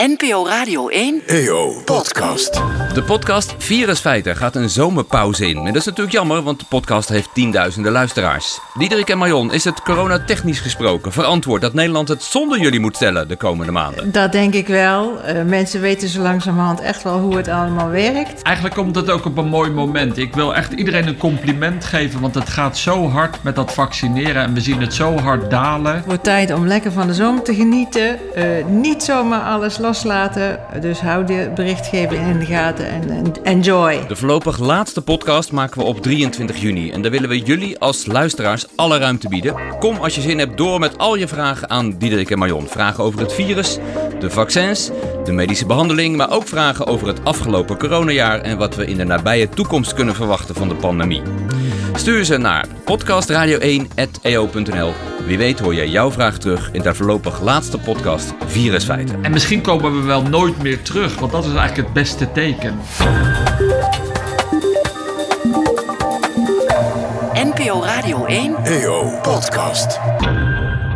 NPO Radio 1 EO Podcast. De podcast Virusfeiten gaat een zomerpauze in. En dat is natuurlijk jammer, want de podcast heeft tienduizenden luisteraars. Diederik en Marion, is het coronatechnisch gesproken verantwoord dat Nederland het zonder jullie moet stellen de komende maanden? Dat denk ik wel. Mensen weten zo langzamerhand echt wel hoe het allemaal werkt. Eigenlijk komt het ook op een mooi moment. Ik wil echt iedereen een compliment geven, want het gaat zo hard met dat vaccineren en we zien het zo hard dalen. Het wordt tijd om lekker van de zomer te genieten. Niet zomaar alles loslaten. Dus hou de berichtgeving in de gaten en enjoy. De voorlopig laatste podcast maken we op 23 juni. En daar willen we jullie als luisteraars alle ruimte bieden. Kom als je zin hebt door met al je vragen aan Diederik en Marion. Vragen over het virus, de vaccins, de medische behandeling, maar ook vragen over het afgelopen coronajaar en wat we in de nabije toekomst kunnen verwachten van de pandemie. Stuur ze naar podcastradio1@eo.nl. Wie weet hoor je jouw vraag terug in de voorlopig laatste podcast Virusfeiten. En misschien komen we wel nooit meer terug, want dat is eigenlijk het beste teken. NPO Radio 1 EO Podcast.